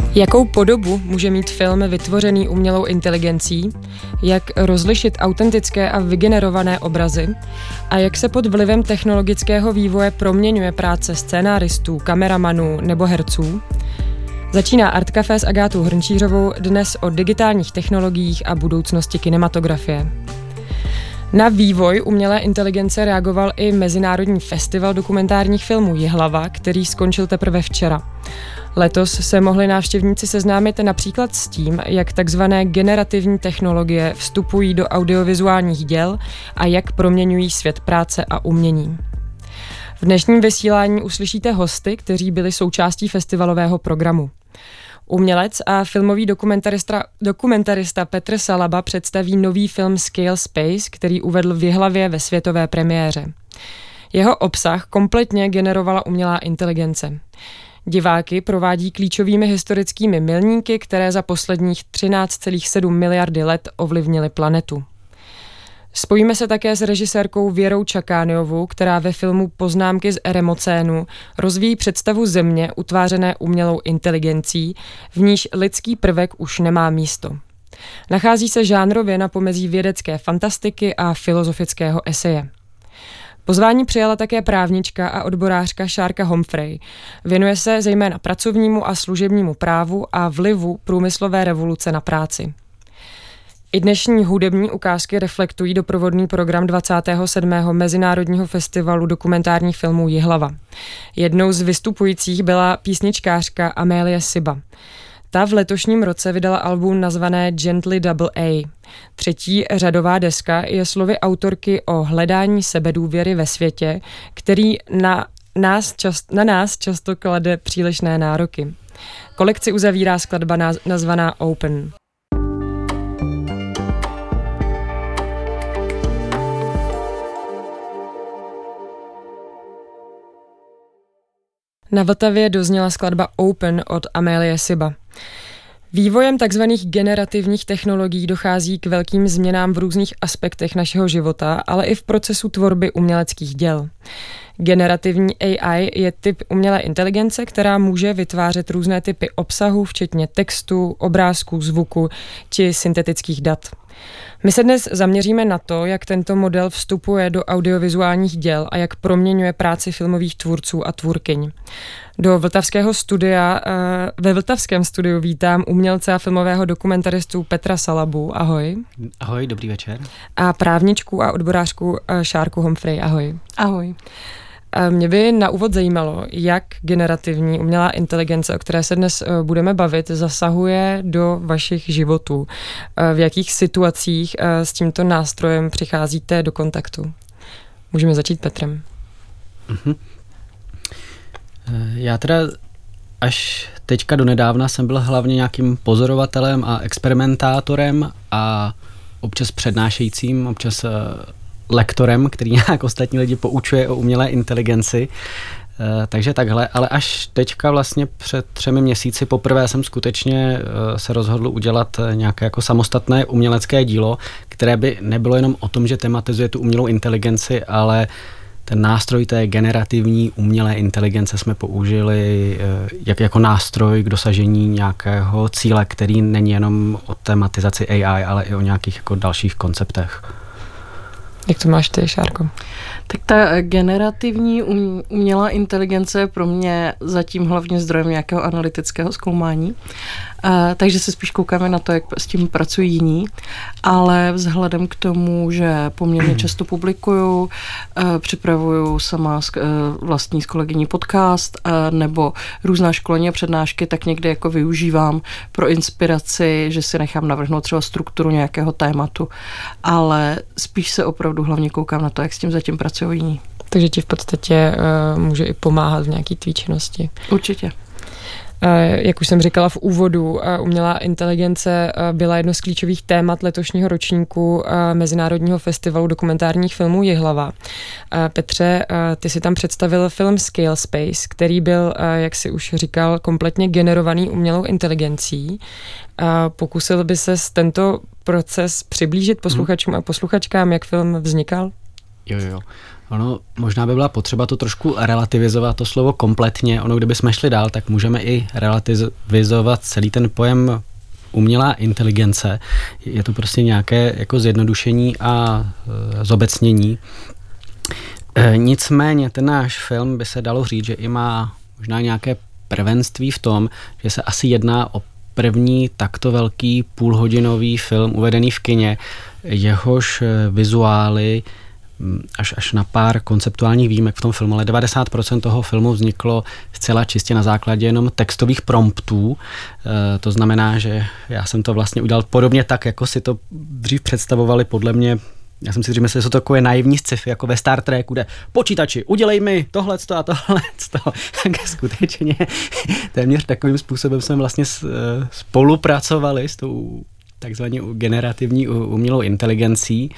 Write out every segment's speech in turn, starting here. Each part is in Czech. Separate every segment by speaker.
Speaker 1: Jakou podobu může mít film vytvořený umělou inteligencí, jak rozlišit autentické a vygenerované obrazy a jak se pod vlivem technologického vývoje proměňuje práce scénáristů, kameramanů nebo herců? Začíná Art Café s Agátou Hrnčířovou dnes o digitálních technologiích a budoucnosti kinematografie. Na vývoj umělé inteligence reagoval i Mezinárodní festival dokumentárních filmů Jihlava, který skončil teprve včera. Letos se mohli návštěvníci seznámit například s tím, jak takzvané generativní technologie vstupují do audiovizuálních děl a jak proměňují svět práce a umění. V dnešním vysílání uslyšíte hosty, kteří byli součástí festivalového programu. Umělec a filmový dokumentarista Petr Salaba představí nový film Scale Space, který uvedl v Jihlavě ve světové premiéře. Jeho obsah kompletně generovala umělá inteligence. Diváky provádí klíčovými historickými milníky, které za posledních 13,7 miliardy let ovlivnily planetu. Spojíme se také s režisérkou Věrou Čakániovou, která ve filmu Poznámky z Eremocénu rozvíjí představu Země utvářené umělou inteligencí, v níž lidský prvek už nemá místo. Nachází se žánrově na pomezí vědecké fantastiky a filozofického eseje. Pozvání přijala také právnička a odborářka Šárka Humphrey. Věnuje se zejména pracovnímu a služebnímu právu a vlivu průmyslové revoluce na práci. I dnešní hudební ukázky reflektují doprovodný program 27. Mezinárodního festivalu dokumentárních filmů Jihlava. Jednou z vystupujících byla písničkářka Amélie Siba. Ta v letošním roce vydala album nazvané Gently Double A. Třetí řadová deska je slovy autorky o hledání sebedůvěry ve světě, který na nás často klade přílišné nároky. Kolekci uzavírá skladba nazvaná Open. Na Vltavě dozněla skladba Open od Amélie Siba. Vývojem tzv. Generativních technologií dochází k velkým změnám v různých aspektech našeho života, ale i v procesu tvorby uměleckých děl. Generativní AI je typ umělé inteligence, která může vytvářet různé typy obsahu, včetně textu, obrázků, zvuku či syntetických dat. My se dnes zaměříme na to, jak tento model vstupuje do audiovizuálních děl a jak proměňuje práci filmových tvůrců a tvůrkyň. Ve vltavském studiu vítám umělce a filmového dokumentaristu Petra Salabu. Ahoj.
Speaker 2: Ahoj, dobrý večer.
Speaker 1: A právničku a odborářku Šárku Humphrey. Ahoj.
Speaker 3: Ahoj.
Speaker 1: Mě by na úvod zajímalo, jak generativní umělá inteligence, o které se dnes budeme bavit, zasahuje do vašich životů. V jakých situacích s tímto nástrojem přicházíte do kontaktu? Můžeme začít Petrem.
Speaker 2: Já teda až teďka donedávna jsem byl hlavně nějakým pozorovatelem a experimentátorem a občas přednášejícím, občas lektorem, který nějak ostatní lidi poučuje o umělé inteligenci. Takže takhle, ale až teďka vlastně před 3 měsíci poprvé jsem skutečně se rozhodl udělat nějaké jako samostatné umělecké dílo, které by nebylo jenom o tom, že tematizuje tu umělou inteligenci, ale ten nástroj té generativní umělé inteligence jsme použili jako nástroj k dosažení nějakého cíle, který není jenom o tematizaci AI, ale i o nějakých jako dalších konceptech.
Speaker 1: Jak to máš ty, Šárko?
Speaker 3: Tak ta generativní umělá inteligence je pro mě zatím hlavně zdrojem nějakého analytického zkoumání. Takže se spíš koukáme na to, jak s tím pracují jiní, ale vzhledem k tomu, že poměrně často publikuju, připravuju sama vlastní s kolegyní podcast nebo různá školení a přednášky, tak někdy jako využívám pro inspiraci, že si nechám navrhnout třeba strukturu nějakého tématu, ale spíš se opravdu hlavně koukám na to, jak s tím zatím pracují jiní.
Speaker 1: Takže ti v podstatě může i pomáhat v nějaké tvý činnosti.
Speaker 3: Určitě.
Speaker 1: Jak už jsem říkala v úvodu, umělá inteligence byla jedno z klíčových témat letošního ročníku Mezinárodního festivalu dokumentárních filmů Jihlava. Petře, ty si tam představil film Scale Space, který byl, jak si už říkal, kompletně generovaný umělou inteligencí. Pokusil by ses tento proces přiblížit posluchačům a posluchačkám, jak film vznikal?
Speaker 2: Jo. Ono možná by byla potřeba to trošku relativizovat, to slovo kompletně. Ono, kdyby jsme šli dál, tak můžeme i relativizovat celý ten pojem umělá inteligence. Je to prostě nějaké jako zjednodušení a zobecnění. Nicméně ten náš film by se dalo říct, že i má možná nějaké prvenství v tom, že se asi jedná o první takto velký půlhodinový film uvedený v kině, jehož vizuály až na pár konceptuálních výjimek v tom filmu, ale 90% toho filmu vzniklo zcela čistě na základě jenom textových promptů. To znamená, že já jsem to vlastně udělal podobně tak, jako si to dřív představovali podle mě. Já jsem si říkal, že jsou to takové naivní sci-fi, jako ve Star Treku, kde počítači, udělej mi tohleto a tohleto. Tak skutečně téměř takovým způsobem jsme vlastně spolupracovali s tou takzvaně generativní umělou inteligencí,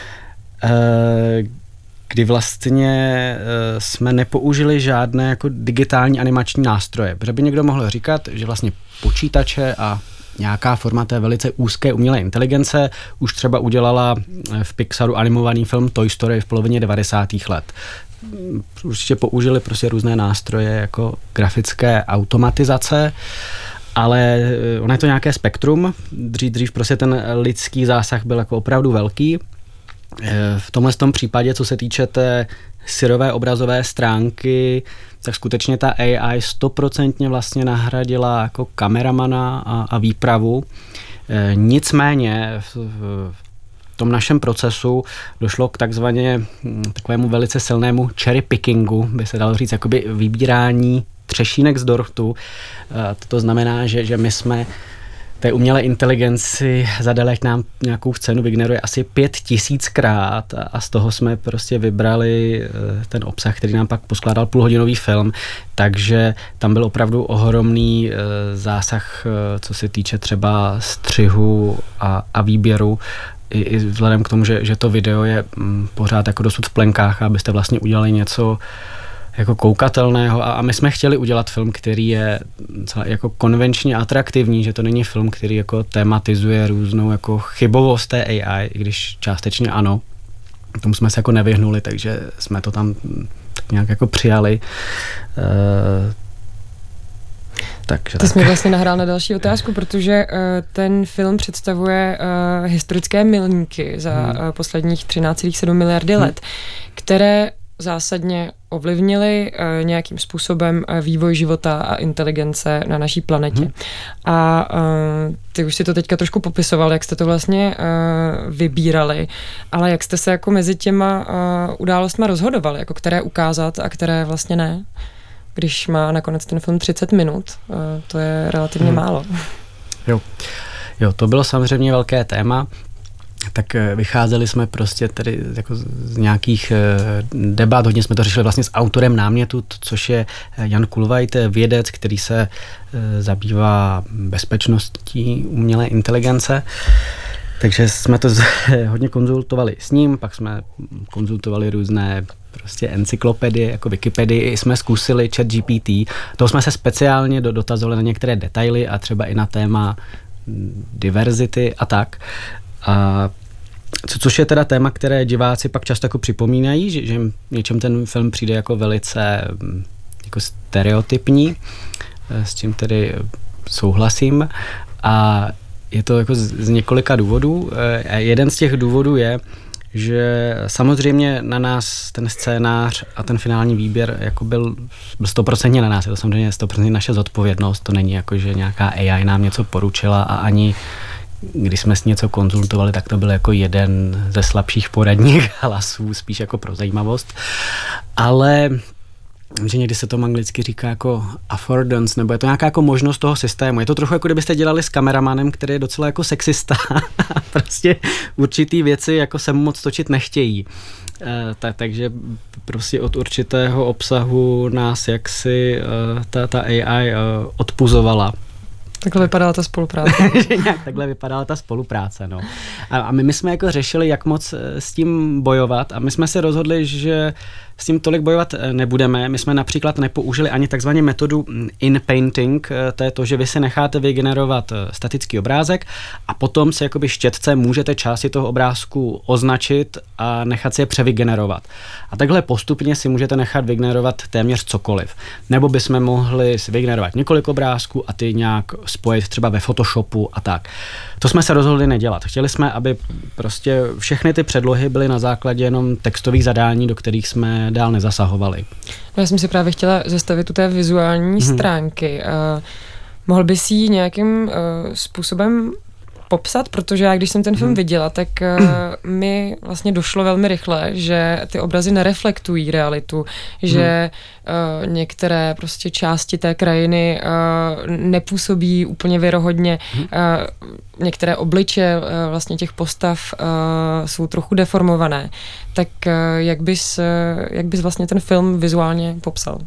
Speaker 2: kdy vlastně jsme nepoužili žádné jako digitální animační nástroje. Protože by někdo mohl říkat, že vlastně počítače a nějaká forma té velice úzké umělé inteligence už třeba udělala v Pixaru animovaný film Toy Story v polovině 90. let. Určitě použili prostě různé nástroje jako grafické automatizace, ale ono je to nějaké spektrum. Dřív prostě ten lidský zásah byl jako opravdu velký. V tomhle případě, co se týče té syrové obrazové stránky, tak skutečně ta AI 100% vlastně nahradila jako kameramana a výpravu. Nicméně v tom našem procesu došlo k takovému velice silnému cherry pickingu, by se dalo říct, jakoby vybírání třešínek z dortu. To znamená, že my jsme té umělé inteligenci zadali, jak nám nějakou scénu vygeneruje asi 5000krát a z toho jsme prostě vybrali ten obsah, který nám pak poskládal půlhodinový film, takže tam byl opravdu ohromný zásah, co se týče třeba střihu a výběru, i vzhledem k tomu, že to video je pořád jako dosud v plenkách, abyste vlastně udělali něco jako koukatelného a my jsme chtěli udělat film, který je celé jako konvenčně atraktivní, že to není film, který jako tematizuje různou jako chybovost té AI, i když částečně ano. Tomu jsme se jako nevyhnuli, takže jsme to tam tak nějak jako přijali.
Speaker 1: Ty jsi mi vlastně nahrál na další otázku, protože ten film představuje historické milníky za posledních 13,7 miliardy let, které zásadně ovlivnily nějakým způsobem vývoj života a inteligence na naší planetě. A ty už si to teďka trošku popisoval, jak jste to vlastně vybírali, ale jak jste se jako mezi těma událostma rozhodovali, jako které ukázat a které vlastně ne, když má nakonec ten film 30 minut, to je relativně málo.
Speaker 2: Jo, to bylo samozřejmě velké téma. Tak vycházeli jsme prostě tedy jako z nějakých debat, hodně jsme to řešili vlastně s autorem námětu, což je Jan Kulvajt, vědec, který se zabývá bezpečností umělé inteligence. Takže jsme to hodně konzultovali s ním, pak jsme konzultovali různé prostě encyklopedie, jako Wikipedii, jsme zkusili ChatGPT. Toho jsme se speciálně dotazovali na některé detaily a třeba i na téma diverzity a tak. A což je teda téma, které diváci pak často jako připomínají, že něčem ten film přijde jako velice jako stereotypní, s čím tedy souhlasím. A je to jako z několika důvodů. Jeden z těch důvodů je, že samozřejmě na nás ten scénář a ten finální výběr jako byl 100% na nás. Je to samozřejmě 100% naše zodpovědnost. To není jako, že nějaká AI nám něco poručila a ani když jsme s něco konzultovali, tak to byl jako jeden ze slabších poradních hlasů, spíš jako pro zajímavost. Ale že někdy se to anglicky říká jako affordance, nebo je to nějaká jako možnost toho systému. Je to trochu jako kdybyste dělali s kameramanem, který je docela jako sexista a prostě určitý věci jako se moc točit nechtějí. Takže prostě od určitého obsahu nás jaksi ta AI odpuzovala.
Speaker 1: Takhle vypadala ta spolupráce.
Speaker 2: Nějak takhle vypadala ta spolupráce, no. A my jsme jako řešili, jak moc s tím bojovat a my jsme se rozhodli, že s tím tolik bojovat nebudeme. My jsme například nepoužili ani takzvanou metodu in-painting, to je to, že vy si necháte vygenerovat statický obrázek a potom se jakoby štětce můžete části toho obrázku označit a nechat si je převygenerovat. A takhle postupně si můžete nechat vygenerovat téměř cokoliv. Nebo bychom mohli si vygenerovat několik obrázků a ty nějak spojit třeba ve Photoshopu a tak. To jsme se rozhodli nedělat. Chtěli jsme, aby prostě všechny ty předlohy byly na základě jenom textových zadání, do kterých jsme dál nezasahovali.
Speaker 1: No, já jsem si právě chtěla zastavit u té vizuální stránky. Mohl bys ji nějakým způsobem popsat, protože já, když jsem ten film viděla, tak mi vlastně došlo velmi rychle, že ty obrazy nereflektují realitu, že některé prostě části té krajiny nepůsobí úplně věrohodně, některé obliče vlastně těch postav jsou trochu deformované. Tak jak bys vlastně ten film vizuálně popsal?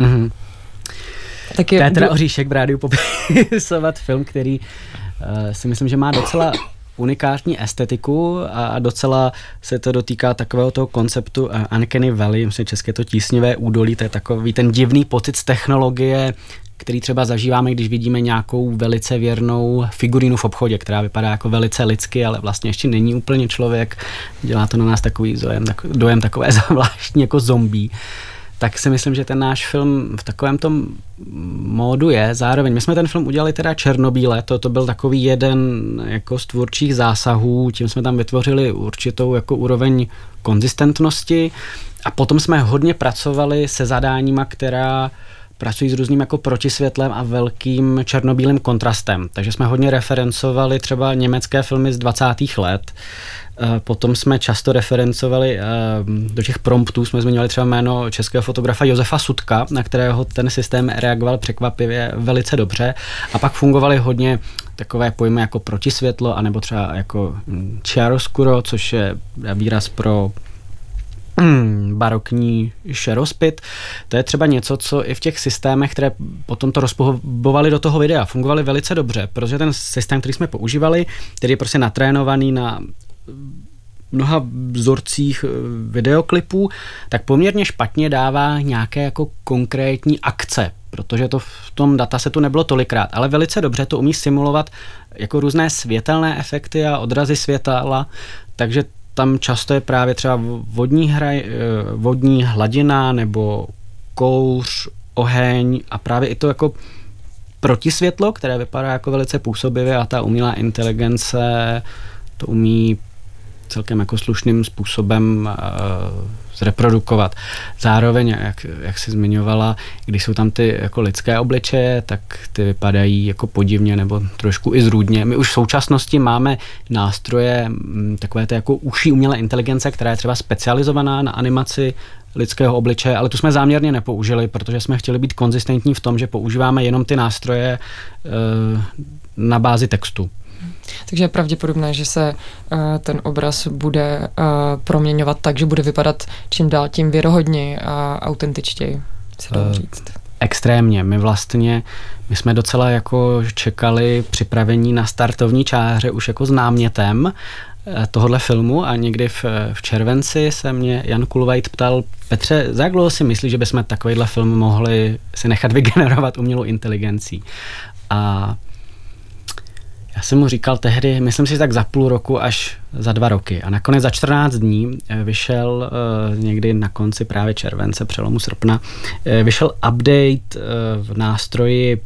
Speaker 2: To je teda oříšek v rádiu popisovat film, který si myslím, že má docela unikátní estetiku a docela se to dotýká takového toho konceptu Uncanny Valley, myslím, české to tísnivé údolí, to je takový ten divný pocit z technologie, který třeba zažíváme, když vidíme nějakou velice věrnou figurínu v obchodě, která vypadá jako velice lidsky, ale vlastně ještě není úplně člověk, dělá to na nás takový dojem takové zvláštní jako zombie. Tak si myslím, že ten náš film v takovém tom módu je. Zároveň my jsme ten film udělali teda černobíle, to byl takový jeden jako z tvůrčích zásahů, tím jsme tam vytvořili určitou jako úroveň konzistentnosti a potom jsme hodně pracovali se zadáníma, která pracují s různým jako protisvětlem a velkým černobílým kontrastem. Takže jsme hodně referencovali třeba německé filmy z 20. let. Potom jsme často referencovali do těch promptů, jsme zmiňovali třeba jméno českého fotografa Josefa Sudka, na kterého ten systém reagoval překvapivě velice dobře. A pak fungovaly hodně takové pojmy jako protisvětlo, anebo třeba jako chiaroscuro, což je výraz pro barokní šerospit. To je třeba něco, co i v těch systémech, které potom to rozpohybovali do toho videa, fungovaly velice dobře, protože ten systém, který jsme používali, který je prostě natrénovaný na mnoha vzorcích videoklipů, tak poměrně špatně dává nějaké jako konkrétní akce, protože to v tom datasetu nebylo tolikrát, ale velice dobře to umí simulovat jako různé světelné efekty a odrazy světla, takže tam často je právě třeba vodní hladina nebo kouř, oheň a právě i to jako protisvětlo, které vypadá jako velice působivě a ta umělá inteligence to umí celkem jako slušným způsobem zreprodukovat. Zároveň, jak jsi zmiňovala, když jsou tam ty jako lidské obličeje, tak ty vypadají jako podivně nebo trošku i zrůdně. My už v současnosti máme nástroje takové ty jako uší umělé inteligence, která je třeba specializovaná na animaci lidského obličeje, ale tu jsme záměrně nepoužili, protože jsme chtěli být konzistentní v tom, že používáme jenom ty nástroje na bázi textu.
Speaker 1: Takže je pravděpodobné, že se ten obraz bude proměňovat tak, že bude vypadat čím dál tím věrohodněji a autentičtěji, se dá říct.
Speaker 2: Extrémně. My jsme docela jako čekali připravení na startovní čáře už jako s námětem tohohle filmu a někdy v červenci se mě Jan Kulvajt ptal: Petře, za jak dlouho si myslíš, že bychom takovýhle film mohli si nechat vygenerovat umělou inteligencí? A já jsem mu říkal tehdy, myslím si tak za půl roku až za 2 roky. A nakonec za 14 dní vyšel někdy na konci právě července, přelomu srpna, vyšel update v nástroji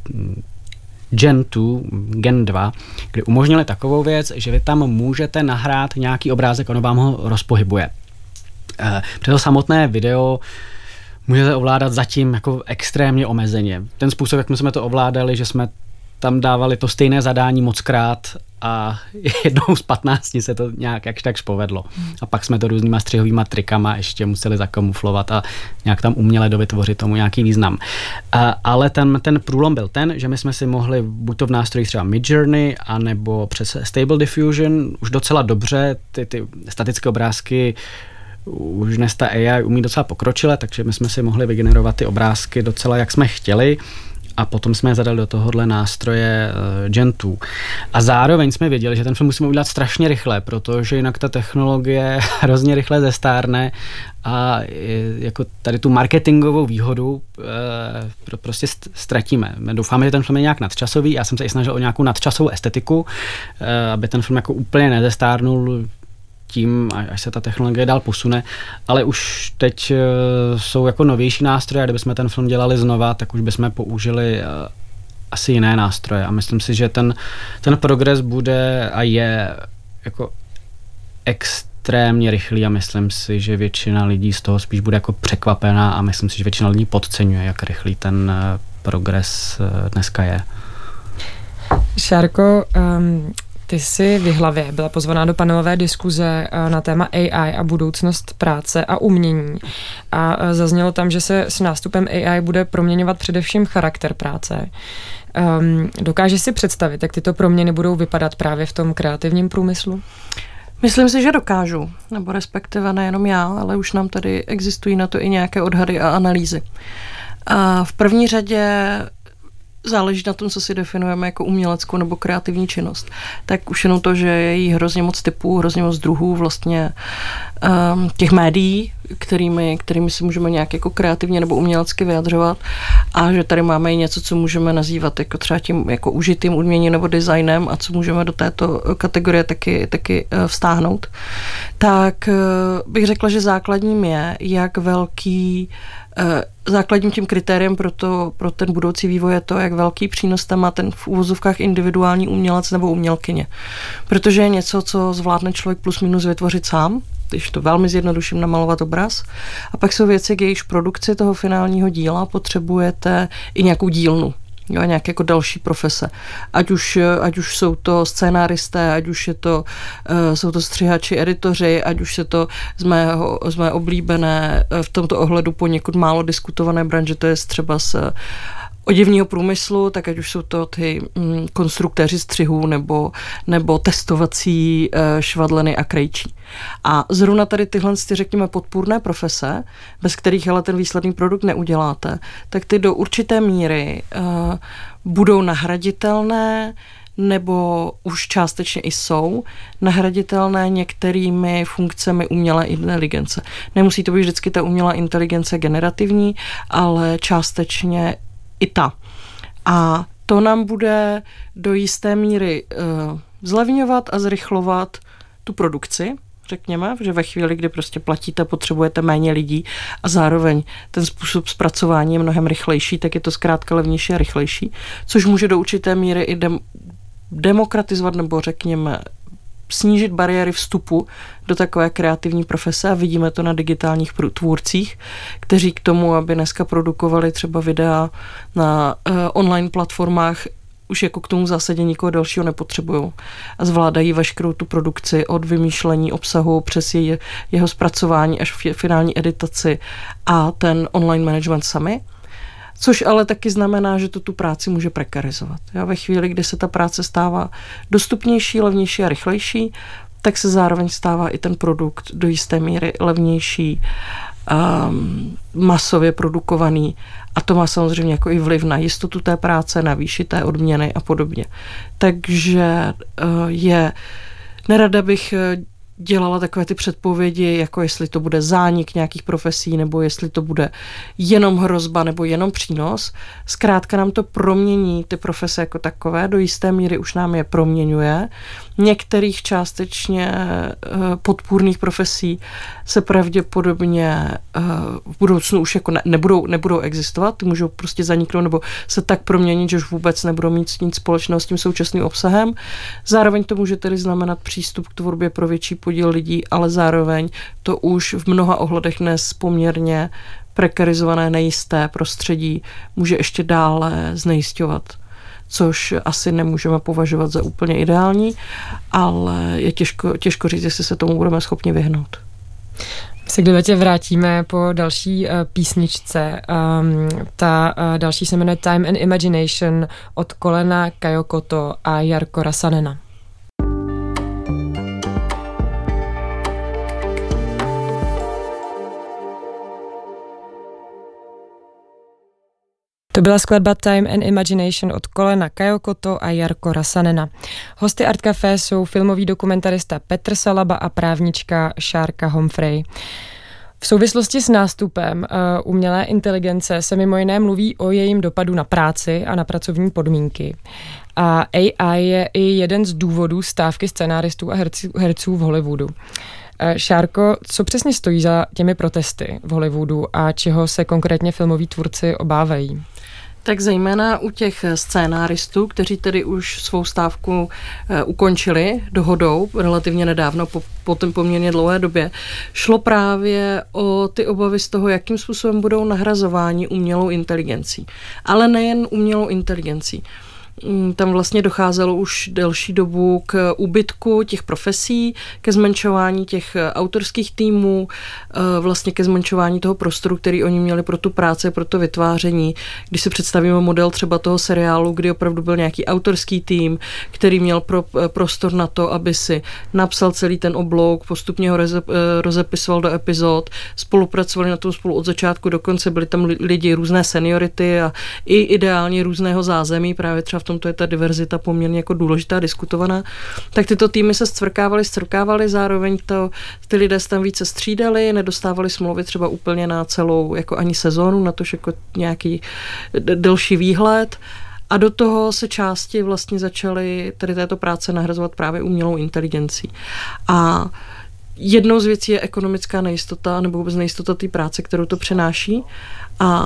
Speaker 2: Gen 2, kdy umožnili takovou věc, že vy tam můžete nahrát nějaký obrázek, ono vám ho rozpohybuje. Přes to samotné video můžete ovládat zatím jako extrémně omezeně. Ten způsob, jak my jsme to ovládali, že jsme tam dávali to stejné zadání mockrát a jednou z 15 se to nějak jakž takž povedlo. A pak jsme to různýma střihovýma trikama ještě museli zakamuflovat a nějak tam uměle dovytvořit tomu nějaký význam. Ale ten průlom byl ten, že my jsme si mohli buď to v nástrojích třeba Midjourney, anebo přes Stable Diffusion už docela dobře ty statické obrázky už dnes ta AI umí docela pokročile, takže my jsme si mohli vygenerovat ty obrázky docela jak jsme chtěli. A potom jsme zadali do tohohle nástroje Gen 2. A zároveň jsme věděli, že ten film musíme udělat strašně rychle, protože jinak ta technologie hrozně rychle zestárne a jako tady tu marketingovou výhodu prostě ztratíme. Doufáme, že ten film je nějak nadčasový. Já jsem se i snažil o nějakou nadčasovou estetiku, aby ten film jako úplně nezestárnul tím, až se ta technologie dál posune, ale už teď jsou jako novější nástroje a kdybychom ten film dělali znova, tak už bychom použili asi jiné nástroje a myslím si, že ten progres bude a je jako extrémně rychlý a myslím si, že většina lidí z toho spíš bude jako překvapená a myslím si, že většina lidí podceňuje, jak rychlý ten progres dneska je.
Speaker 1: Šárko, ty jsi v Jihlavě byla pozvaná do panelové diskuze na téma AI a budoucnost práce a umění. A zaznělo tam, že se s nástupem AI bude proměňovat především charakter práce. Dokážeš si představit, jak tyto proměny budou vypadat právě v tom kreativním průmyslu?
Speaker 3: Myslím si, že dokážu, nebo respektive nejenom já, ale už nám tady existují na to i nějaké odhady a analýzy. A v první řadě záleží na tom, co si definujeme jako uměleckou nebo kreativní činnost. Tak už jenom to, že je jí hrozně moc typů, hrozně moc druhů vlastně těch médií, kterými si můžeme nějak jako kreativně nebo umělecky vyjadřovat a že tady máme i něco, co můžeme nazývat jako třeba tím jako užitým uměním nebo designem a co můžeme do této kategorie taky vztáhnout. Tak bych řekla, že základním je, jak velký základním tím kritériem pro ten budoucí vývoj je to, jak velký přínos tam má ten v uvozovkách individuální umělec nebo umělkyně. Protože je něco, co zvládne člověk plus minus vytvořit sám, když to velmi zjednoduším, namalovat obraz. A pak jsou věci, k jejíž produkci toho finálního díla potřebujete i nějakou dílnu. Jo, nějaké jako další profese. Ať už jsou to scénáristé, ať už jsou to střihači, editoři, ať už se to z mé oblíbené v tomto ohledu poněkud málo diskutované branže, to je třeba z oděvního průmyslu, tak ať už jsou to ty konstruktéři střihů nebo testovací švadleny a krejčí. A zrovna tady tyhle, řekněme, podpůrné profese, bez kterých ale ten výsledný produkt neuděláte, tak ty do určité míry budou nahraditelné nebo už částečně i jsou nahraditelné některými funkcemi umělé inteligence. Nemusí to být vždycky ta umělá inteligence generativní, ale částečně i ta. A to nám bude do jisté míry zlevňovat a zrychlovat tu produkci, řekněme, že ve chvíli, kdy prostě platíte, potřebujete méně lidí a zároveň ten způsob zpracování je mnohem rychlejší, tak je to zkrátka levnější a rychlejší, což může do určité míry i demokratizovat nebo řekněme snížit bariéry vstupu do takové kreativní profese a vidíme to na digitálních tvůrcích, kteří k tomu, aby dneska produkovali třeba videa na online platformách, už jako k tomu v zásadě nikoho dalšího nepotřebují a zvládají veškerou tu produkci od vymýšlení obsahu přes jeho zpracování až v finální editaci a ten online management sami. Což ale taky znamená, že to tu práci může prekarizovat. Já ve chvíli, kdy se ta práce stává dostupnější, levnější a rychlejší, tak se zároveň stává i ten produkt do jisté míry levnější, masově produkovaný a to má samozřejmě jako i vliv na jistotu té práce, na výši té odměny a podobně. Takže nerada bych dělala takové ty předpovědi, jako jestli to bude zánik nějakých profesí, nebo jestli to bude jenom hrozba, nebo jenom přínos. Zkrátka nám to promění ty profese jako takové, do jisté míry už nám je proměňuje. Některých částečně podpůrných profesí se pravděpodobně v budoucnu už jako nebudou existovat, ty můžou prostě zaniknout nebo se tak proměnit, že už vůbec nebudou mít nic společného s tím současným obsahem. Zároveň to může tedy znamenat přístup k tvorbě pro větší podíl lidí, ale zároveň to už v mnoha ohledech dnes poměrně prekarizované, nejisté prostředí může ještě dále znejisťovat, což asi nemůžeme považovat za úplně ideální, ale je těžko říct, jestli se tomu budeme schopni vyhnout.
Speaker 1: Se k debatě vrátíme po další písničce. Ta další se jmenuje Time and Imagination od Kolena Kajokoto a Jarko Rasanena. To byla skladba Time and Imagination od Kolena Kajokoto a Jarko Rasanena. Hosty Art Café jsou filmový dokumentarista Petr Salaba a právnička Šárka Homfrey. V souvislosti s nástupem umělé inteligence se mimo jiné mluví o jejím dopadu na práci a na pracovní podmínky. A AI je i jeden z důvodů stávky scenáristů a herců v Hollywoodu. Šárko, co přesně stojí za těmi protesty v Hollywoodu a čeho se konkrétně filmoví tvůrci obávají?
Speaker 3: Tak zejména u těch scénáristů, kteří tedy už svou stávku ukončili dohodou relativně nedávno, po tom poměrně dlouhé době, šlo právě o ty obavy z toho, jakým způsobem budou nahrazováni umělou inteligencí. Ale nejen umělou inteligencí. Tam vlastně docházelo už delší dobu k úbytku těch profesí, ke zmenšování těch autorských týmů, vlastně ke zmenšování toho prostoru, který oni měli pro tu práci, pro to vytváření. Když si představíme model třeba toho seriálu, kdy opravdu byl nějaký autorský tým, který měl prostor na to, aby si napsal celý ten oblog, postupně ho rozepisoval do epizod, spolupracovali na tom spolu od začátku do konce, byli tam lidi různé seniority a i ideálně různého zázemí, právě třeba v tomto je ta diverzita poměrně jako důležitá, diskutovaná, tak tyto týmy se zcvrkávaly, zároveň ty lidé se tam více střídali, nedostávali smlouvy třeba úplně na celou jako ani sezónu, na to jako nějaký delší výhled a do toho se části vlastně začaly tady této práce nahrazovat právě umělou inteligencí. A jednou z věcí je ekonomická nejistota nebo vůbec nejistota té práce, kterou to přináší a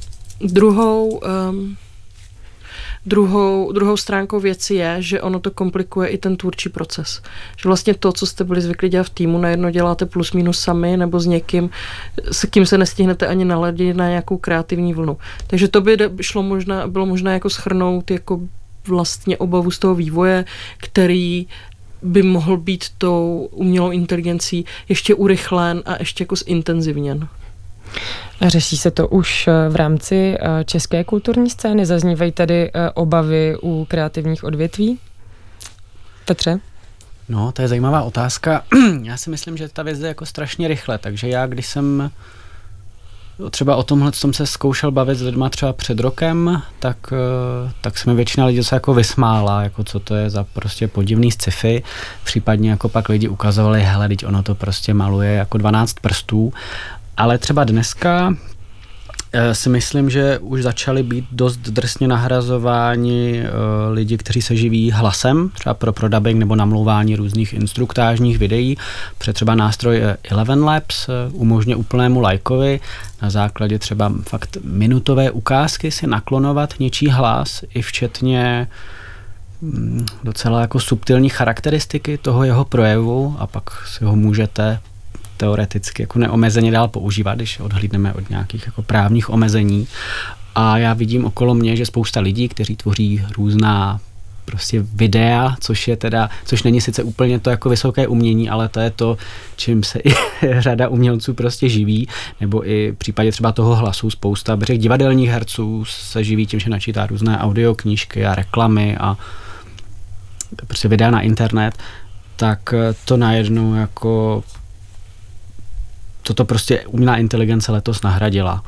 Speaker 3: Druhou stránkou věci je, že ono to komplikuje i ten tvůrčí proces. Že vlastně to, co jste byli zvyklí dělat v týmu, najednou děláte plus minus sami nebo s někým, s kým se nestihnete ani naladit na nějakou kreativní vlnu. Takže to by bylo možná jako shrnout jako vlastně obavu z toho vývoje, který by mohl být tou umělou inteligencí ještě urychlen a ještě jako zintenzivněn.
Speaker 1: Řeší se to už v rámci české kulturní scény? Zaznívají tady obavy u kreativních odvětví? Petře?
Speaker 2: No, to je zajímavá otázka. Já si myslím, že ta věc je jako strašně rychle, takže já, když jsem třeba o tomhle jsem se zkoušel bavit s lidma třeba před rokem, tak se mi většina lidí se jako vysmála, jako co to je za prostě podivný sci-fi. Případně jako pak lidi ukazovali, hele, teď ono to prostě maluje jako 12 prstů. Ale třeba dneska si myslím, že už začali být dost drsně nahrazováni lidi, kteří se živí hlasem, třeba pro dubbing nebo namlouvání různých instruktážních videí. Protože třeba nástroj Eleven Labs umožňuje úplnému lajkovi na základě třeba fakt minutové ukázky si naklonovat něčí hlas, i včetně docela jako subtilní charakteristiky toho jeho projevu a pak si ho můžete teoreticky jako neomezeně dál používat, když odhlídneme od nějakých jako právních omezení. A já vidím okolo mě, že spousta lidí, kteří tvoří různá prostě videa, což není sice úplně to jako vysoké umění, ale to je to, čím se i řada umělců prostě živí, nebo i v případě třeba toho hlasu spousta divadelních herců se živí tím, že načítá různé audioknížky a reklamy a prostě videa na internet, tak to najednou jako toto prostě umělá inteligence letos nahradila.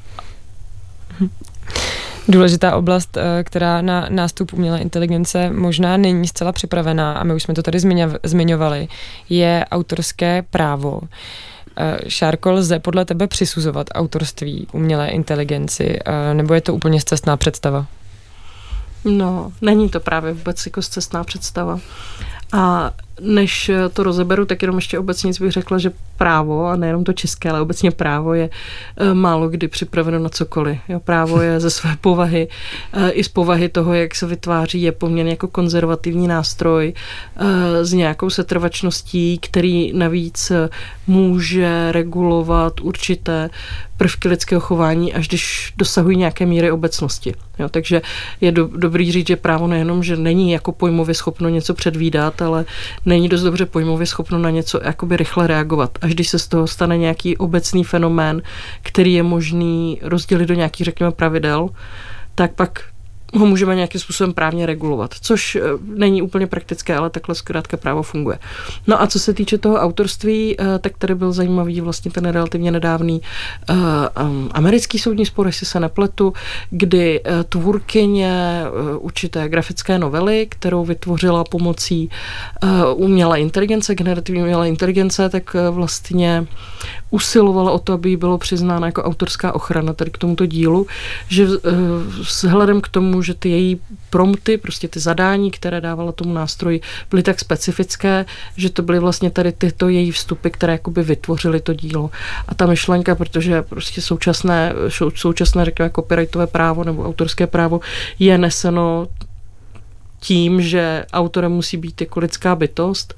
Speaker 1: Důležitá oblast, která na nástup umělé inteligence možná není zcela připravená, a my už jsme to tady zmiňovali, je autorské právo. Šárko, lze podle tebe přisuzovat autorství umělé inteligenci, nebo je to úplně scestná představa?
Speaker 3: No, není to právě vůbec jako scestná představa. A než to rozeberu, tak jenom ještě obecně bych řekla, že právo, a nejenom to české, ale obecně právo je málo kdy připraveno na cokoliv. Jo, právo je ze své povahy, i z povahy toho, jak se vytváří, je poměrně jako konzervativní nástroj s nějakou setrvačností, který navíc může regulovat určité prvky lidského chování, až když dosahují nějaké míry obecnosti. Jo, takže je dobrý říct, že právo nejenom, že není jako pojmově schopno něco předvídat, ale není dost dobře pojmově schopno na něco jakoby rychle reagovat. Až když se z toho stane nějaký obecný fenomén, který je možný rozdělit do nějakých, řekněme, pravidel, tak pak ho můžeme nějakým způsobem právně regulovat, což není úplně praktické, ale takhle zkrátka právo funguje. No a co se týče toho autorství, tak tady byl zajímavý vlastně ten relativně nedávný americký soudní spor, jestli se nepletu, kdy tvůrkyně určité grafické novely, kterou vytvořila pomocí umělé inteligence, generativní umělé inteligence, tak vlastně usilovala o to, aby jí bylo přiznána jako autorská ochrana tady k tomuto dílu, že vzhledem k tomu, že ty její prompty, prostě ty zadání, které dávala tomu nástroji, byly tak specifické, že to byly vlastně tady tyto její vstupy, které jakoby vytvořily to dílo. A ta myšlenka, protože prostě současné řekněme copyrightové právo nebo autorské právo je neseno tím, že autorem musí být jako lidská bytost,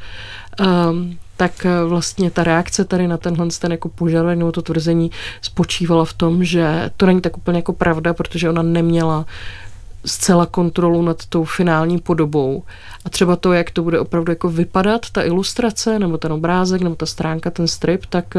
Speaker 3: tak vlastně ta reakce tady na ten jako požadavek nebo to tvrzení spočívala v tom, že to není tak úplně jako pravda, protože ona neměla zcela kontrolu nad tou finální podobou. A třeba to, jak to bude opravdu jako vypadat, ta ilustrace, nebo ten obrázek, nebo ta stránka, ten strip, tak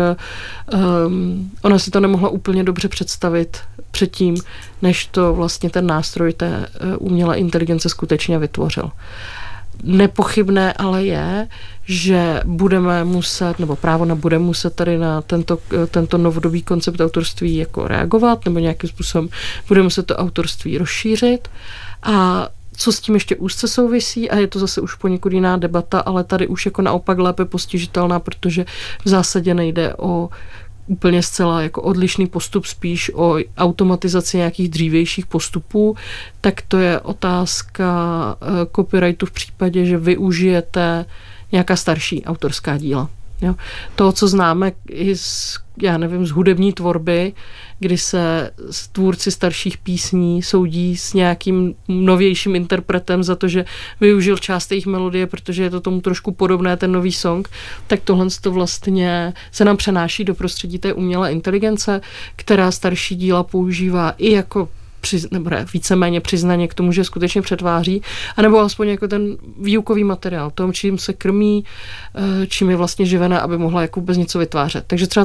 Speaker 3: ona si to nemohla úplně dobře představit předtím, než to vlastně ten nástroj té umělé inteligence skutečně vytvořil. Nepochybné ale je, že budeme muset, nebo právo bude muset tady na tento novodobý koncept autorství jako reagovat, nebo nějakým způsobem bude muset to autorství rozšířit. A co s tím ještě úzce souvisí, a je to zase už poněkud jiná debata, ale tady už jako naopak lépe postižitelná, protože v zásadě nejde o úplně zcela jako odlišný postup, spíš o automatizaci nějakých dřívějších postupů, tak to je otázka copyrightu v případě, že využijete nějaká starší autorská díla. Jo. To, co známe i z hudební tvorby, kdy se tvůrci starších písní soudí s nějakým novějším interpretem za to, že využil část jejich melodie, protože je to tomu trošku podobné, ten nový song, tak tohle to vlastně se nám přenáší do prostředí té umělé inteligence, která starší díla používá i jako víceméně přiznaně k tomu, že skutečně přetváří, anebo alespoň jako ten výukový materiál, tom, čím se krmí, čím je vlastně živená, aby mohla jako vůbec něco vytvářet. Takže třeba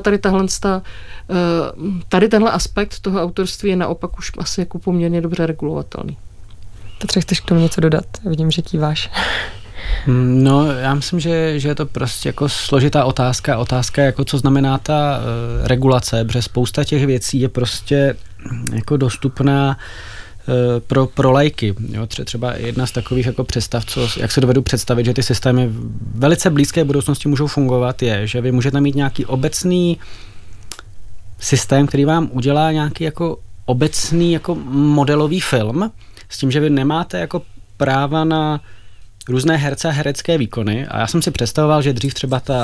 Speaker 3: tady tenhle aspekt toho autorství je naopak už asi jako poměrně dobře regulovatelný.
Speaker 1: Petře, chceš k tomu něco dodat? Vidím, že kýváš.
Speaker 2: No, já myslím, že je to prostě jako složitá otázka. Otázka jako co znamená ta regulace, protože spousta těch věcí je prostě jako dostupná pro laiky. Jo, třeba jedna z takových jako představ, jak se dovedu představit, že ty systémy v velice blízké budoucnosti můžou fungovat, je, že vy můžete mít nějaký obecný systém, který vám udělá nějaký jako obecný jako modelový film, s tím, že vy nemáte jako práva na různé herce a herecké výkony. A já jsem si představoval, že dřív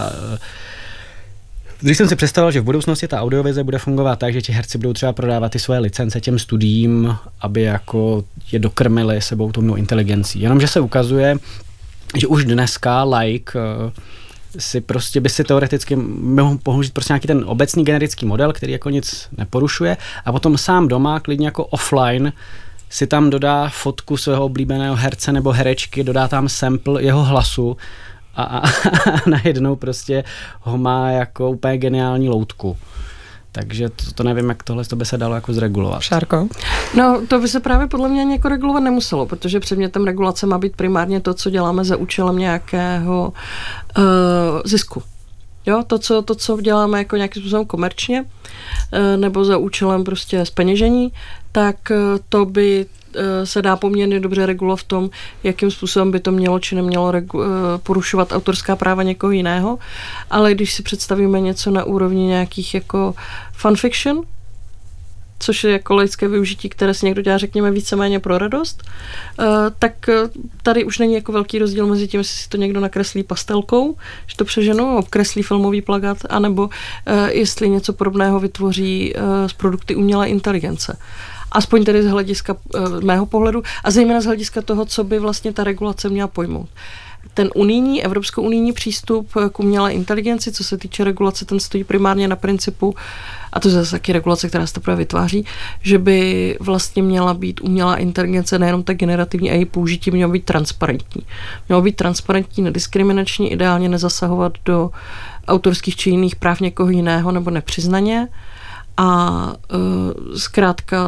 Speaker 2: jsem si představoval, že v budoucnosti ta audiovize bude fungovat tak, že ti herci budou třeba prodávat ty svoje licence těm studiím, aby jako je dokrmili sebou tou inteligencí. Jenomže se ukazuje, že už dneska si prostě by si teoreticky mohl použít prostě nějaký ten obecný generický model, který jako nic neporušuje a potom sám doma klidně jako offline si tam dodá fotku svého oblíbeného herce nebo herečky, dodá tam sample jeho hlasu a najednou prostě ho má jako úplně geniální loutku. Takže to nevím, jak tohle by se dalo jako zregulovat.
Speaker 1: Šárko?
Speaker 3: No, to by se právě podle mě jako regulovat nemuselo, protože předmětem regulace má být primárně to, co děláme za účelem nějakého zisku. Jo, to, co děláme jako nějakým způsobem komerčně, nebo za účelem prostě zpeněžení, tak to by se dá poměrně dobře regulovat v tom, jakým způsobem by to mělo či nemělo porušovat autorská práva někoho jiného. Ale když si představíme něco na úrovni nějakých jako fanfiction, což je jako laické využití, které si někdo dělá, řekněme, víceméně pro radost, tak tady už není jako velký rozdíl mezi tím, jestli si to někdo nakreslí pastelkou, že to přeženu, obkreslí filmový plakát, anebo jestli něco podobného vytvoří z produkty umělé inteligence. Aspoň tedy z hlediska mého pohledu a zejména z hlediska toho, co by vlastně ta regulace měla pojmout. Ten evropsko-unijní přístup k umělé inteligenci, co se týče regulace, ten stojí primárně na principu, a to je zase taky regulace, která se teprve vytváří, že by vlastně měla být umělá inteligence nejenom tak generativní a její použití mělo být transparentní. Mělo být transparentní, nediskriminační, ideálně nezasahovat do autorských či jiných práv někoho jiného nebo nepřiznaně a zkrátka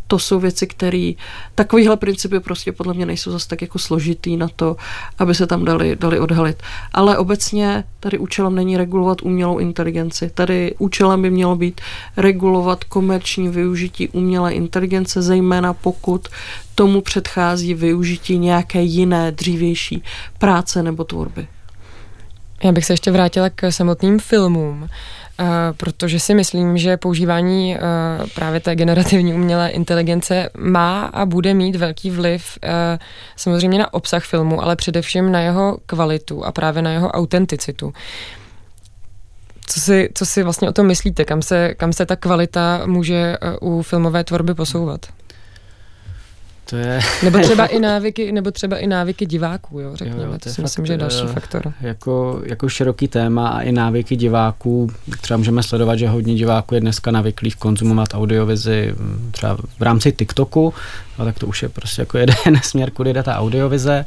Speaker 3: to jsou věci, které takovýhle principy prostě podle mě nejsou zase tak jako složitý na to, aby se tam dali odhalit. Ale obecně tady účelem není regulovat umělou inteligenci. Tady účelem by mělo být regulovat komerční využití umělé inteligence, zejména pokud tomu předchází využití nějaké jiné, dřívější práce nebo tvorby.
Speaker 1: Já bych se ještě vrátila k samotným filmům, protože si myslím, že používání právě té generativní umělé inteligence má a bude mít velký vliv samozřejmě na obsah filmu, ale především na jeho kvalitu a právě na jeho autenticitu. Co si vlastně o tom myslíte? Kam se ta kvalita může u filmové tvorby posouvat?
Speaker 2: To je...
Speaker 1: Nebo třeba i návyky diváků, jo, řekněme.
Speaker 2: Jo,
Speaker 1: to si myslím, že je další faktor.
Speaker 2: Jako široký téma a i návyky diváků. Třeba můžeme sledovat, že hodně diváků je dneska navyklých konzumovat audiovizi třeba v rámci TikToku, no, tak to už je prostě jako jeden směr, kudy jde ta audiovize.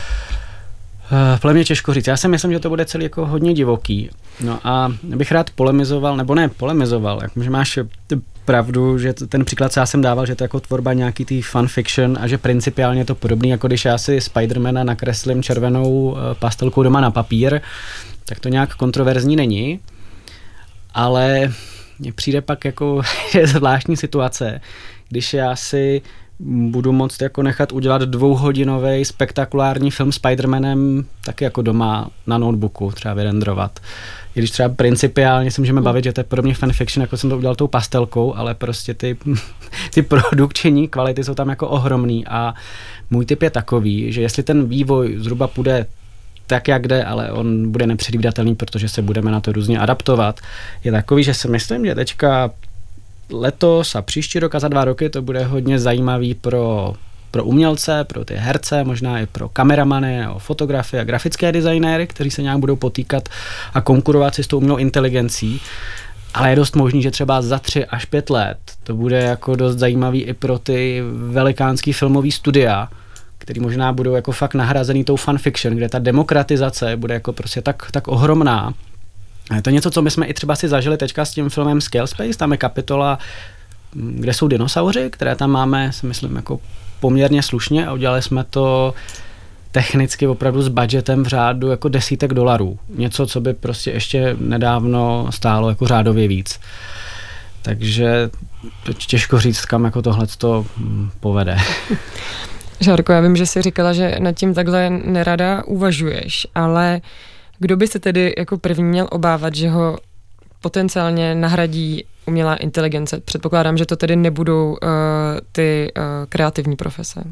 Speaker 2: Podle mě těžko říct. Já si myslím, že to bude celý jako hodně divoký. No a bych rád polemizoval, nebo ne polemizoval, jak máš pravdu, že ten příklad, co já jsem dával, že to je jako tvorba nějaký tý fanfiction a že principiálně je to podobný, jako když já si Spidermana nakreslím červenou pastelkou doma na papír, tak to nějak kontroverzní není, ale mně přijde pak jako zvláštní situace, když já si budu moct jako nechat udělat 2hodinový spektakulární film Spidermanem taky jako doma na notebooku třeba vyrendrovat. I když třeba principiálně se můžeme bavit, že to je podobně fanfiction, jako jsem to udělal tou pastelkou, ale prostě ty produkční kvality jsou tam jako ohromný a můj tip je takový, že jestli ten vývoj zhruba půjde tak, jak jde, ale on bude nepředvídatelný, protože se budeme na to různě adaptovat, je takový, že si myslím, že teďka letos a příští rok a za 2 roky to bude hodně zajímavý pro umělce, pro ty herce, možná i pro kameramany, fotografy a grafické designéry, kteří se nějak budou potýkat a konkurovat si s tou umělou inteligencí. Ale je dost možný, že třeba za 3 až 5 let to bude jako dost zajímavý i pro ty velikánský filmový studia, který možná budou jako fakt nahrazený tou fanfiction, kde ta demokratizace bude jako prostě tak ohromná. A je to něco, co my jsme i třeba si zažili teďka s tím filmem Scale Space, tam je kapitola, kde jsou dinosauři, které tam máme, si myslím, jako poměrně slušně a udělali jsme to technicky opravdu s budgetem v řádu jako $10. Něco, co by prostě ještě nedávno stálo jako řádově víc. Takže těžko říct, kam jako tohleto povede.
Speaker 1: Žárko, já vím, že jsi říkala, že nad tím takhle nerada uvažuješ, ale kdo by se tedy jako první měl obávat, že ho potenciálně nahradí umělá inteligence? Předpokládám, že to tedy nebudou ty kreativní profese.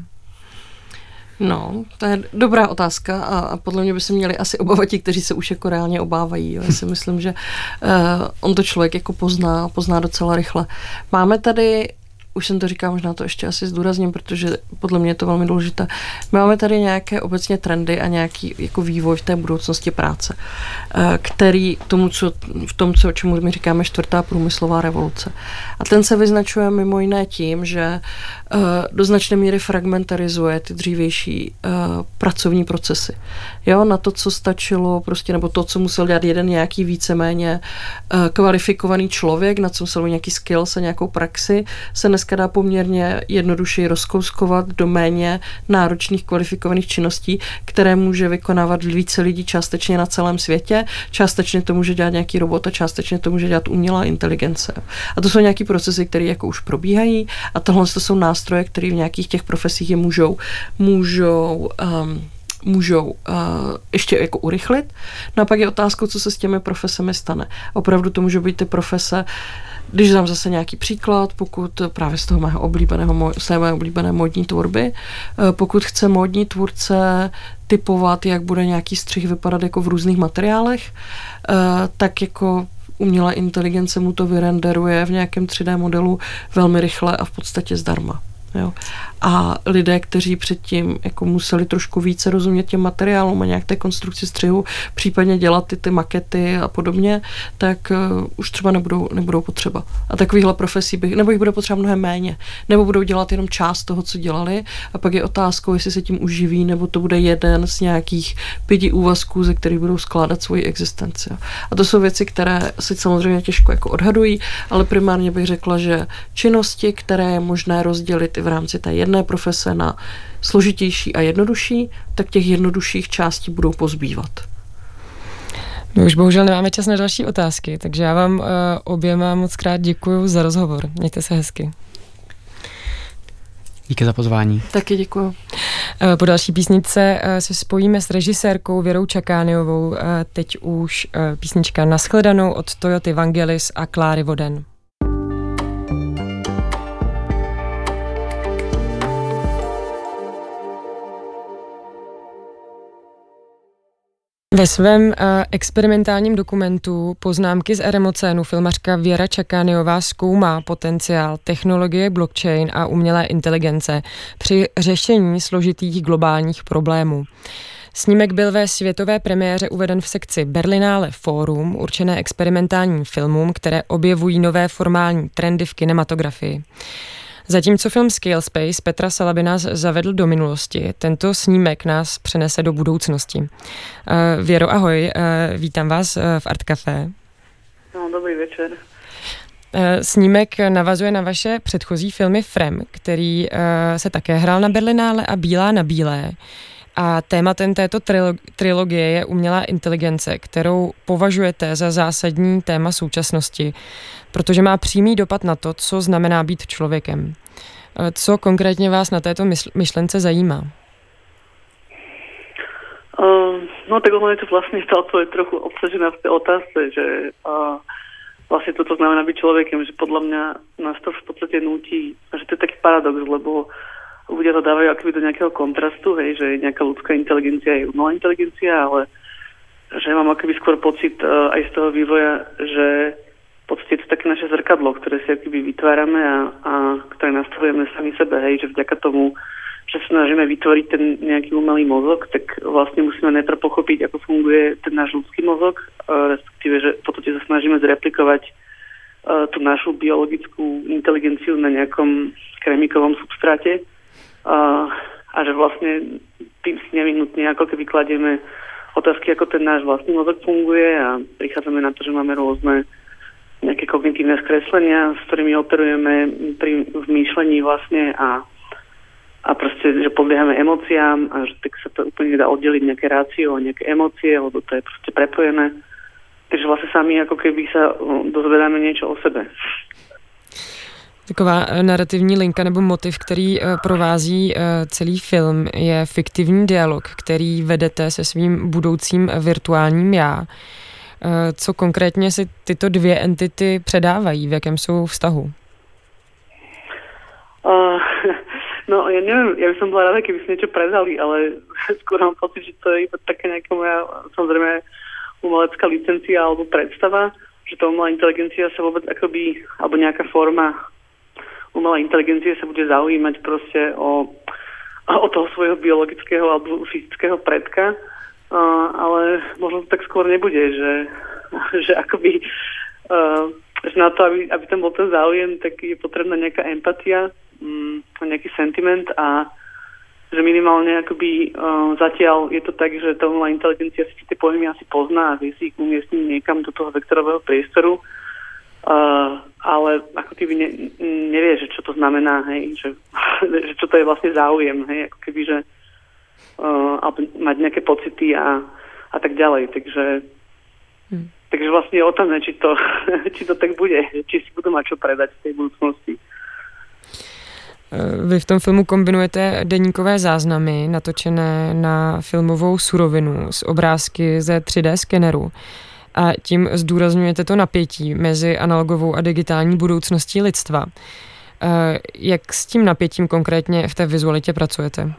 Speaker 3: No, to je dobrá otázka a podle mě by se měli asi obávat ti, kteří se už jako reálně obávají. Jo. Já si myslím, že on to člověk jako pozná docela rychle. Máme tady, už jsem to říkala, možná to ještě asi zdůrazním, protože podle mě je to velmi důležité. Máme tady nějaké obecně trendy a nějaký jako vývoj v té budoucnosti práce, který v tom, čemu my říkáme 4. průmyslová revoluce. A ten se vyznačuje mimo jiné tím, že do značné míry fragmentarizuje ty dřívější pracovní procesy. Jo, na to, co stačilo, prostě, nebo to, co musel dělat jeden nějaký víceméně kvalifikovaný člověk, na co musel nějaký skills a nějakou praxi, se dneska dá poměrně jednodušeji rozkouskovat do méně náročných kvalifikovaných činností, které může vykonávat více lidí částečně na celém světě, částečně to může dělat nějaký robot a částečně to může dělat umělá inteligence. A to jsou nějaký procesy, které jako už probíhají a tohle to jsou nástroje, které v nějakých těch profesích je můžou ještě jako urychlit. No a pak je otázkou, co se s těmi profesemi stane. Opravdu to může být ty profese, když dám zase nějaký příklad, pokud právě z toho mého oblíbené módní tvorby, pokud chce módní tvůrce typovat, jak bude nějaký střih vypadat jako v různých materiálech, tak jako umělá inteligence mu to vyrenderuje v nějakém 3D modelu velmi rychle a v podstatě zdarma. Jo. a lidé, kteří předtím jako museli trošku více rozumět těm materiálům a nějak té konstrukci střihu, případně dělat ty makety a podobně, tak už třeba nebudou potřeba. A takovýchhle profesí nebo jich bude potřeba mnohem méně. Nebo budou dělat jenom část toho, co dělali, a pak je otázkou, jestli se tím uživí, nebo to bude jeden z nějakých 5 úvazků, ze kterých budou skládat svoji existenci. A to jsou věci, které si samozřejmě těžko jako odhadují, ale primárně bych řekla, že činnosti, které je možné rozdělit i v rámci té jedné profese na složitější a jednodušší, tak těch jednodušších částí budou pozbývat.
Speaker 1: My už bohužel nemáme čas na další otázky, takže já vám oběma moc krát děkuju za rozhovor. Mějte se hezky.
Speaker 2: Díky za pozvání.
Speaker 3: Taky děkuju.
Speaker 1: Po další písničce se spojíme s režisérkou Věrou Čakániovou. Teď už písnička Nashledanou od Toyoty Vangelis a Kláry Voden. Ve svém experimentálním dokumentu Poznámky z Eremocénu filmařka Věra Čakániová zkoumá potenciál technologie blockchain a umělé inteligence při řešení složitých globálních problémů. Snímek byl ve světové premiéře uveden v sekci Berlinale Forum, určené experimentálním filmům, které objevují nové formální trendy v kinematografii. Zatímco film Scale Space Petra Salaby nás zavedl do minulosti, tento snímek nás přenese do budoucnosti. Věro, ahoj, vítám vás v Art Café.
Speaker 4: No, dobrý večer.
Speaker 1: Snímek navazuje na vaše předchozí filmy Frem, který se také hrál na Berlinále, a Bílá na bílé. A tématem této trilogie je umělá inteligence, kterou považujete za zásadní téma současnosti, protože má přímý dopad na to, co znamená být člověkem. Co konkrétně vás na této myšlence zajímá?
Speaker 4: No tak ono je to vlastne tá odpoveď trochu obsažená v tej otázce, že vlastne toto znamená byť človekem, že podľa mňa nás to v podstate núti, že to je taký paradox, lebo ľudia to dávajú akoby do nejakého kontrastu, hej, že nejaká ľudská inteligencia je umelá inteligencia, ale že mám akoby skôr pocit aj z toho vývoja, že v podstate je to také naše zrkadlo, ktoré si akoby vytvárame a ktoré nastavujeme sami sebe, hej, že vďaka tomu, že snažíme vytvoriť ten nejaký umelý mozog, tak vlastne musíme najprv pochopiť, ako funguje ten náš ľudský mozog, respektíve, že v podstate sa snažíme zreplikovať tú našu biologickú inteligenciu na nejakom kremikovom substráte a že vlastne tým si nevyhnutne ako keby kladieme otázky, ako ten náš vlastný mozog funguje, a prichádzame na to, že máme rôzne nejaké kognitívne skreslenia, s ktorými operujeme pri vmýšlení vlastne a proste, že podliehame emóciám a že tak sa to úplne nedá oddeliť nejaké rácio a nejaké emócie, lebo to je proste prepojené. Takže vlastne sami ako keby sa dozvedáme niečo o sebe.
Speaker 1: Taková narrativní linka nebo motiv, který provází celý film, je fiktivní dialog, který vedete se svým budoucím virtuálním já. Co konkrétně si tyto dvě entity předávají? V jakém jsou vztahu?
Speaker 4: No, ja neviem, ja by som bola rada, keby si niečo predali, ale skôr mám pocit, že to je iba taká nejaká moja, samozrejme, umelecká licencia alebo predstava, že tá umelá inteligencia sa vôbec akoby, alebo nejaká forma umelá inteligencie sa bude zaujímať proste o toho svojho biologického alebo fyzického predka, ale možno to tak skôr nebude, že akoby že na to, aby tam bol ten záujem, tak je potrebná nejaká empatia, nejaký sentiment, a že minimálne akoby zatiaľ je to tak, že tá umelá inteligencia si tie pojmy asi pozná a vie si ich umiestniť niekam do toho vektorového priestoru, ale ako keby nevie, že čo to znamená, hej, že čo to je vlastne záujem, hej, ako keby, že mať nejaké pocity a tak ďalej, takže vlastne je otázne, či to tak bude, či si budú mať čo predať v tej budúcnosti.
Speaker 1: Vy v tom filmu kombinujete deníkové záznamy natočené na filmovou surovinu z obrázky ze 3D skeneru a tím zdůrazňujete to napětí mezi analogovou a digitální budoucností lidstva. Jak s tím napětím konkrétně v té vizualitě pracujete?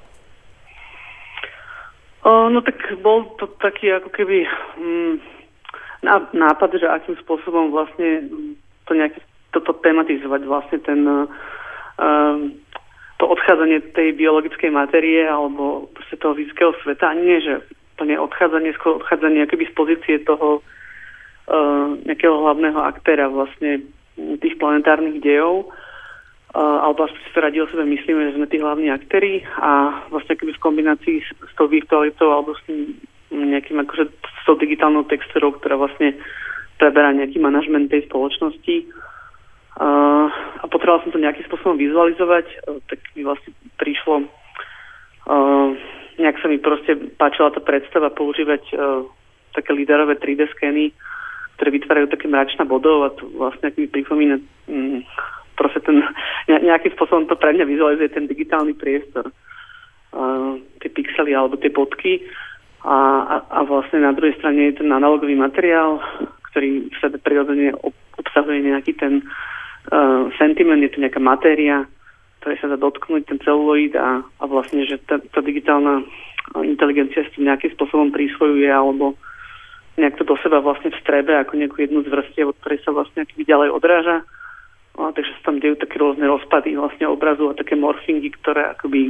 Speaker 4: No tak bol to taký ako keby nápad, že akým spôsobom vlastne to nejaké toto tematizovať, vlastne ten to odchádzanie tej biologickej matérie alebo proste toho fyzického sveta, ani nie, že plne odchádzanie, skôr odchádzanie akoby z pozície toho nejakého hlavného aktéra vlastne tých planetárnych dejov, alebo aspoň si to radi o sebe myslíme, že sme tí hlavní aktéri a vlastne akoby v kombinácii s tou virtualitou alebo s tým nejakým akože s tou digitálnou textúrou, ktorá vlastne preberá nejaký manažment tej spoločnosti. A potreboval som to nejakým spôsobom vizualizovať, tak mi vlastne prišlo, nejak sa mi proste páčila tá predstava používať také lidarové 3D skeny, ktoré vytvárajú také mračná bodov a to vlastne mi pripomína proste ten, nejakým spôsobom to pre mňa vizualizuje ten digitálny priestor. Tie pixely alebo tie bodky a vlastne na druhej strane je ten analogový materiál, ktorý v sebe prirodzene obsahuje nejaký ten sentiment, je to nejaká matéria, ktorej sa dá dotknúť, ten celuloid a vlastne, že tá digitálna inteligencia si to nejakým spôsobom prísvojuje alebo nejak to do seba vlastne vstrebe ako nejakú jednu z vrstiev, od ktorej sa vlastne aký ďalej odráža. Takže sa tam dejú také rôzne rozpady vlastne obrazu a také morfingy, ktoré akoby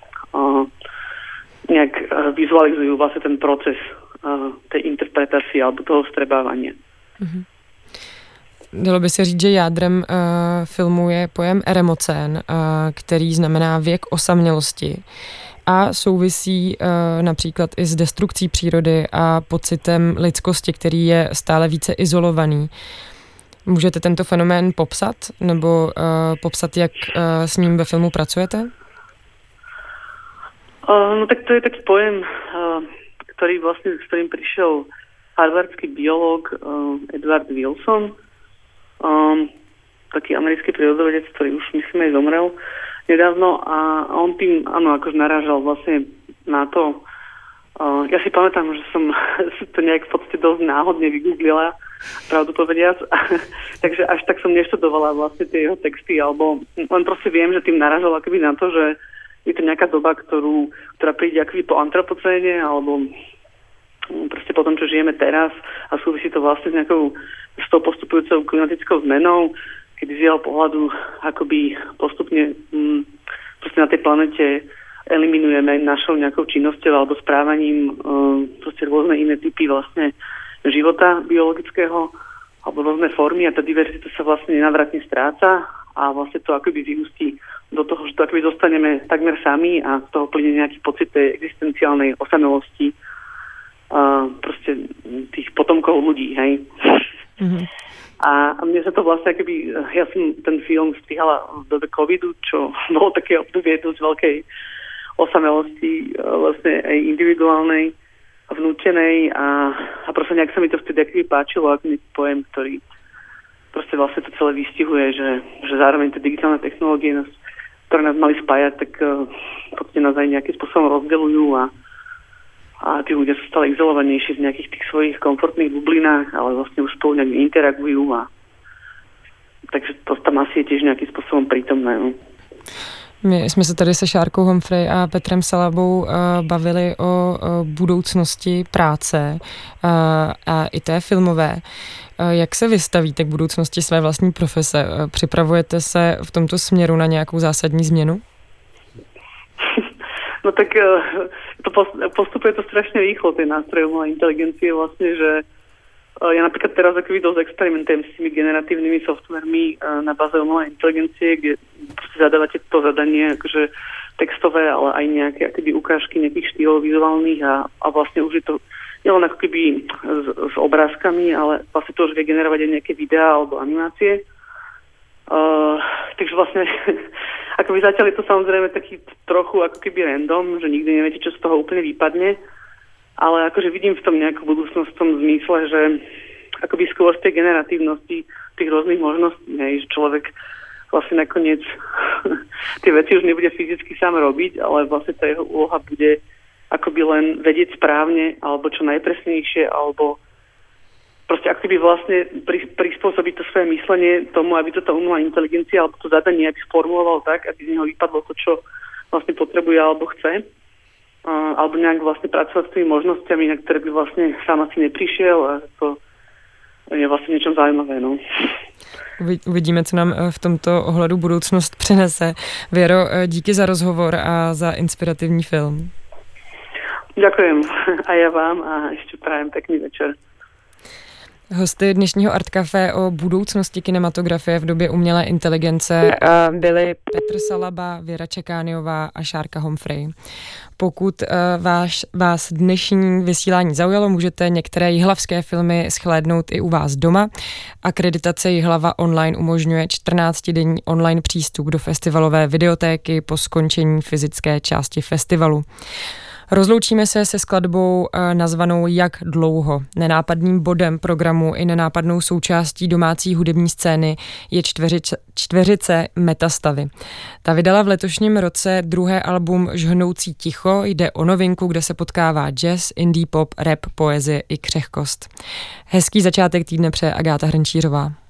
Speaker 4: nejak vizualizujú vlastne ten proces tej interpretácie alebo toho vstrebávania.
Speaker 1: Mm-hmm. Dalo by se říct, že jádrem filmu je pojem eremocén, který znamená věk osamělosti a souvisí například i s destrukcí přírody a pocitem lidskosti, který je stále více izolovaný. Můžete tento fenomén popsat nebo popsat, jak s ním ve filmu pracujete?
Speaker 4: No tak to je taký pojem, ktorý vlastne, s ktorým prišiel harvardský biológ Edward Wilson, taký americký prírodovedec, ktorý už myslím aj zomrel nedávno a on tým, áno, akože narážal vlastne na to. Ja si pamätám, že som si to nejak v podstate dosť náhodne vygooglila, pravdu povediac, takže až tak som neštudovala vlastne tie jeho texty, alebo len proste viem, že tým narážal akoby na to, že je to nejaká doba, ktorá príde akoby po antropocéne, alebo proste po tom, čo žijeme teraz a súvisí to vlastne s tou postupujúcou klimatickou zmenou, kedy z jeho pohľadu akoby postupne proste na tej planete eliminujeme našou nejakou činnosťou alebo správaním proste rôzne iné typy vlastne života biologického alebo rôzne formy a tá diverzita sa vlastne nenavratne stráca a vlastne to akoby vyústí do toho, že to akoby zostaneme takmer sami a z toho plyne nejaký pocit tej existenciálnej osamelosti proste tých potomkov ľudí, hej. Mm-hmm. A mne sa to vlastne akoby, ja som ten film strihala v dobe covidu, čo bolo také obdobie dosť veľkej osamelosti vlastne aj individuálnej, vnútenej a proste nejak sa mi to vtedy akoby páčilo ako nejaký pojem, ktorý proste vlastne to celé vystihuje, že zároveň tie digitálne technológie, ktoré nás mali spájať, tak podstate nás aj nejakým spôsobom rozdeľujú a tí ľudia sú stále izolovanejší v nejakých tých svojich komfortných bublinách, ale vlastne už spolu nejak interagujú a takže to tam asi je tiež nejakým spôsobom prítomné. No.
Speaker 1: My jsme se tady se Šárkou Humphrey a Petrem Salabou bavili o budoucnosti práce a i té filmové. Jak se vystavíte k budoucnosti své vlastní profese? Připravujete se v tomto směru na nějakou zásadní změnu?
Speaker 4: No tak postupuje to strašne rýchlo, tie nástroje umelej inteligencie vlastne, že ja napríklad teraz akoby dosť experimentujem s tými generatívnymi softvermi na báze umelej inteligencie, kde zadávate to zadanie akože textové, ale aj nejaké akoby ukážky nejakých štýlov vizuálnych a vlastne už je to nielen ako keby s obrázkami, ale vlastne to už vie generovať aj nejaké videá alebo animácie. Takže vlastne akoby zatiaľ je to samozrejme taký trochu ako keby random, že nikdy neviete, čo z toho úplne vypadne, ale akože vidím v tom nejakú budúcnosť v tom zmysle, že akoby skôr z tej generatívnosti tých rôznych možností, že človek vlastne nakoniec tie veci už nebude fyzicky sám robiť, ale vlastne tá jeho úloha bude akoby len vedieť správne alebo čo najpresnejšie, alebo proste akýby vlastne prispôsobiť to svoje myslenie tomu, aby to tá umelá inteligencia alebo to zadanie aby sformuloval tak, aby z neho vypadlo to, čo vlastne potrebuje alebo chce. Alebo nejak vlastne pracovať s tými možnosťami, na ktoré by vlastne sám asi neprišiel a to je vlastne niečo zaujímavé. No.
Speaker 1: Uvidíme, co nám v tomto ohledu budoucnost přinese. Věro, díky za rozhovor a za inspirativní film.
Speaker 4: Ďakujem a ja vám a ešte prajem pekný večer.
Speaker 1: Hosty dnešního Art Café o budoucnosti kinematografie v době umělé inteligence byli Petr Salaba, Věra Čekániová a Šárka Humphrey. Pokud vás dnešní vysílání zaujalo, můžete některé jihlavské filmy shlédnout i u vás doma. Akreditace Jihlava online umožňuje 14denní online přístup do festivalové videotéky po skončení fyzické části festivalu. Rozloučíme se se skladbou nazvanou Jak dlouho. Nenápadným bodem programu i nenápadnou součástí domácí hudební scény je čtveřice Metastavy. Ta vydala v letošním roce druhé album Žhnoucí ticho, jde o novinku, kde se potkává jazz, indie pop, rap, poezie i křehkost. Hezký začátek týdne přeje Agáta Hrnčířová.